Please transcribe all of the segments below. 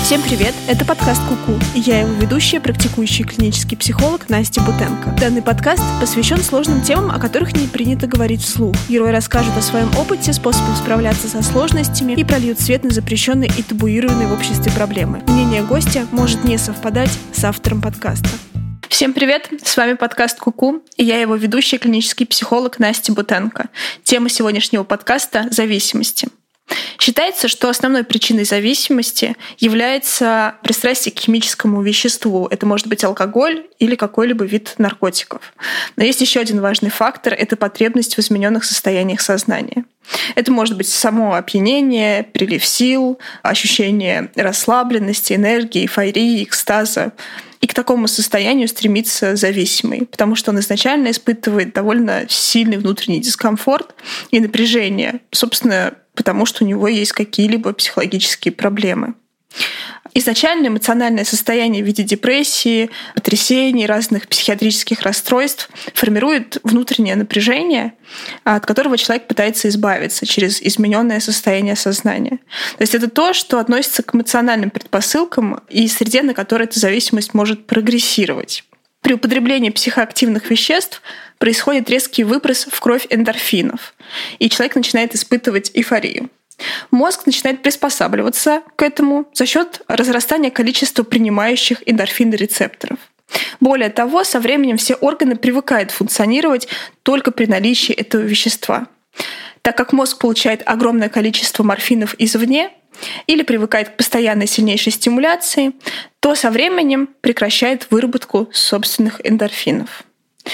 Всем привет! Это подкаст «Ку-ку», и я его ведущая, практикующий клинический психолог Настя Бутенко. Данный подкаст посвящен сложным темам, о которых не принято говорить вслух. Герои расскажут о своем опыте, способах справляться со сложностями и прольют свет на запрещенные и табуированные в обществе проблемы. Мнение гостя может не совпадать с автором подкаста. Всем привет! С вами подкаст «Ку-ку», и я его ведущая, клинический психолог Настя Бутенко. Тема сегодняшнего подкаста — зависимости. Считается, что основной причиной зависимости является пристрастие к химическому веществу. Это может быть алкоголь или какой-либо вид наркотиков. Но есть еще один важный фактор — это потребность в измененных состояниях сознания. Это может быть само опьянение, прилив сил, ощущение расслабленности, энергии, эйфории, экстаза. И к такому состоянию стремится зависимый, потому что он изначально испытывает довольно сильный внутренний дискомфорт и напряжение, собственно, потому что у него есть какие-либо психологические проблемы. Изначально эмоциональное состояние в виде депрессии, потрясений, разных психиатрических расстройств формирует внутреннее напряжение, от которого человек пытается избавиться через измененное состояние сознания. То есть это то, что относится к эмоциональным предпосылкам и среде, на которой эта зависимость может прогрессировать. При употреблении психоактивных веществ происходит резкий выброс в кровь эндорфинов, и человек начинает испытывать эйфорию. Мозг начинает приспосабливаться к этому за счет разрастания количества принимающих эндорфины рецепторов. Более того, со временем все органы привыкают функционировать только при наличии этого вещества. Так как мозг получает огромное количество морфинов извне или привыкает к постоянной сильнейшей стимуляции, то со временем прекращает выработку собственных эндорфинов.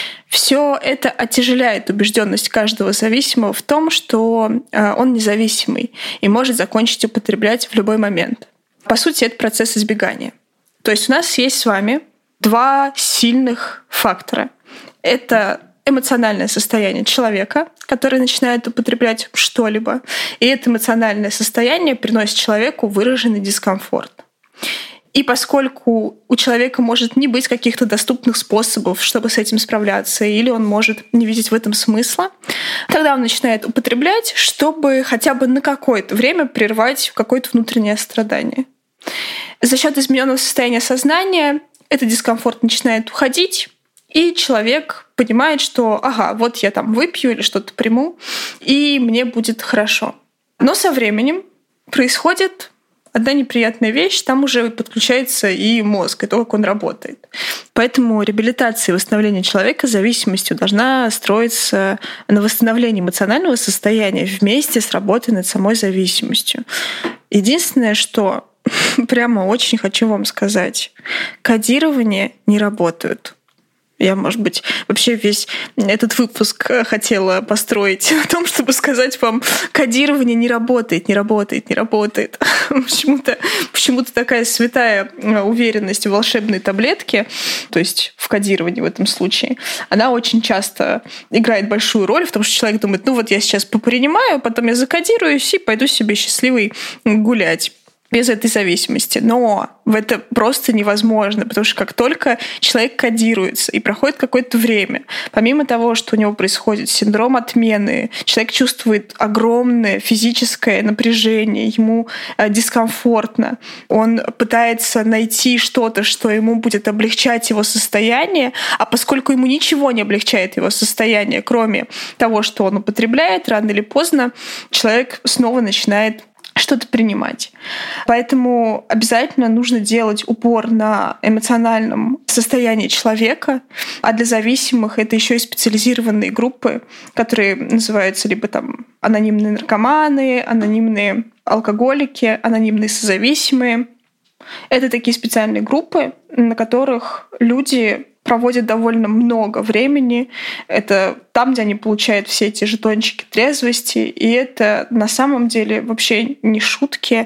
Все это оттяжеляет убежденность каждого зависимого в том, что он независимый и может закончить употреблять в любой момент. По сути, это процесс избегания. То есть у нас есть с вами два сильных фактора. Это эмоциональное состояние человека, который начинает употреблять что-либо, и это эмоциональное состояние приносит человеку выраженный дискомфорт. И поскольку у человека может не быть каких-то доступных способов, чтобы с этим справляться, или он может не видеть в этом смысла, тогда он начинает употреблять, чтобы хотя бы на какое-то время прервать какое-то внутреннее страдание. За счет измененного состояния сознания этот дискомфорт начинает уходить, и человек понимает, что ага, вот я там выпью или что-то приму, и мне будет хорошо. Но со временем происходит одна неприятная вещь, там уже подключается и мозг, и то, как он работает. Поэтому реабилитация и восстановление человека с зависимостью должна строиться на восстановлении эмоционального состояния вместе с работой над самой зависимостью. Единственное, что прямо очень хочу вам сказать, кодирование не работает. Я, может быть, вообще весь этот выпуск хотела построить на том, чтобы сказать вам, кодирование не работает, не работает, не работает. Почему-то такая святая уверенность в волшебной таблетке, то есть в кодировании в этом случае, она очень часто играет большую роль, потому что человек думает, ну вот я сейчас попринимаю, потом я закодируюсь и пойду себе счастливый гулять без этой зависимости. Но это просто невозможно, потому что как только человек кодируется и проходит какое-то время, помимо того, что у него происходит синдром отмены, человек чувствует огромное физическое напряжение, ему дискомфортно, он пытается найти что-то, что ему будет облегчать его состояние, а поскольку ему ничего не облегчает его состояние, кроме того, что он употребляет, рано или поздно человек снова начинает что-то принимать. Поэтому обязательно нужно делать упор на эмоциональном состоянии человека, а для зависимых это еще и специализированные группы, которые называются либо там анонимные наркоманы, анонимные алкоголики, анонимные созависимые. Это такие специальные группы, на которых люди проводят довольно много времени. Это там, где они получают все эти жетончики трезвости. И это на самом деле вообще не шутки,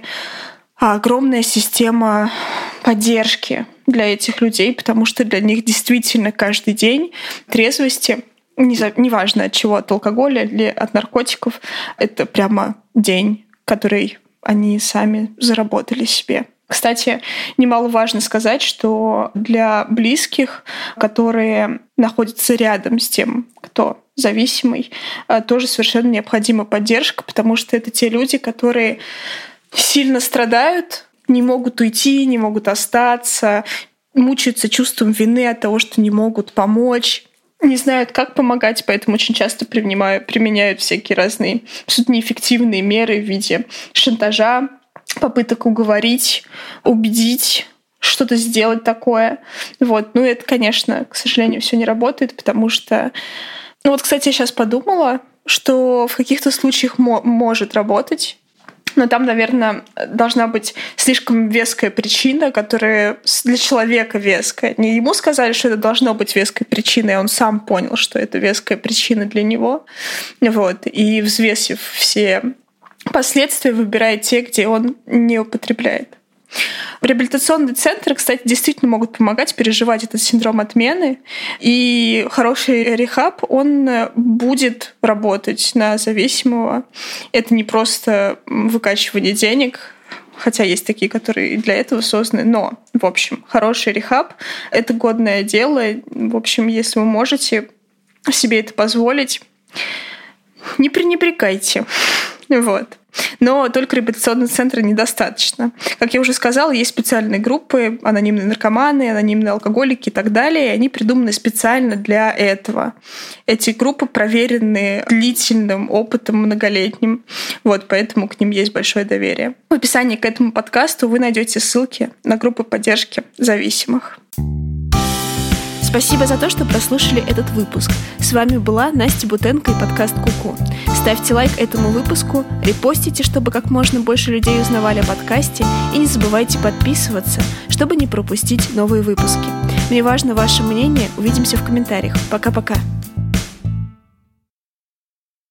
а огромная система поддержки для этих людей, потому что для них действительно каждый день трезвости, неважно от чего, от алкоголя или от наркотиков, это прямо день, который они сами заработали себе. Кстати, немаловажно сказать, что для близких, которые находятся рядом с тем, кто зависимый, тоже совершенно необходима поддержка, потому что это те люди, которые сильно страдают, не могут уйти, не могут остаться, мучаются чувством вины от того, что не могут помочь, не знают, как помогать, поэтому очень часто применяют всякие разные абсолютно неэффективные меры в виде шантажа, попыток уговорить, убедить, что-то сделать такое. Вот. Ну, это, конечно, к сожалению, все не работает, потому что... Ну вот, кстати, я сейчас подумала, что в каких-то случаях может работать, но там, наверное, должна быть слишком веская причина, которая для человека веская. Не ему сказали, что это должно быть веской причиной, а он сам понял, что это веская причина для него. Вот. И, взвесив все последствия, выбирает те, где он не употребляет. Реабилитационные центры, кстати, действительно могут помогать переживать этот синдром отмены. И хороший рехаб, он будет работать на зависимого. Это не просто выкачивание денег, хотя есть такие, которые и для этого созданы. Но, в общем, хороший рехаб — это годное дело. В общем, если вы можете себе это позволить, не пренебрегайте. Вот. Но только реабилитационного центра недостаточно. Как я уже сказала, есть специальные группы, анонимные наркоманы, анонимные алкоголики и так далее, и они придуманы специально для этого. Эти группы проверены длительным опытом многолетним, вот, поэтому к ним есть большое доверие. В описании к этому подкасту вы найдете ссылки на группы поддержки зависимых. Спасибо за то, что прослушали этот выпуск. С вами была Настя Бутенко и подкаст «Ку-ку». Ставьте лайк этому выпуску, репостите, чтобы как можно больше людей узнавали о подкасте, и не забывайте подписываться, чтобы не пропустить новые выпуски. Мне важно ваше мнение. Увидимся в комментариях. Пока-пока.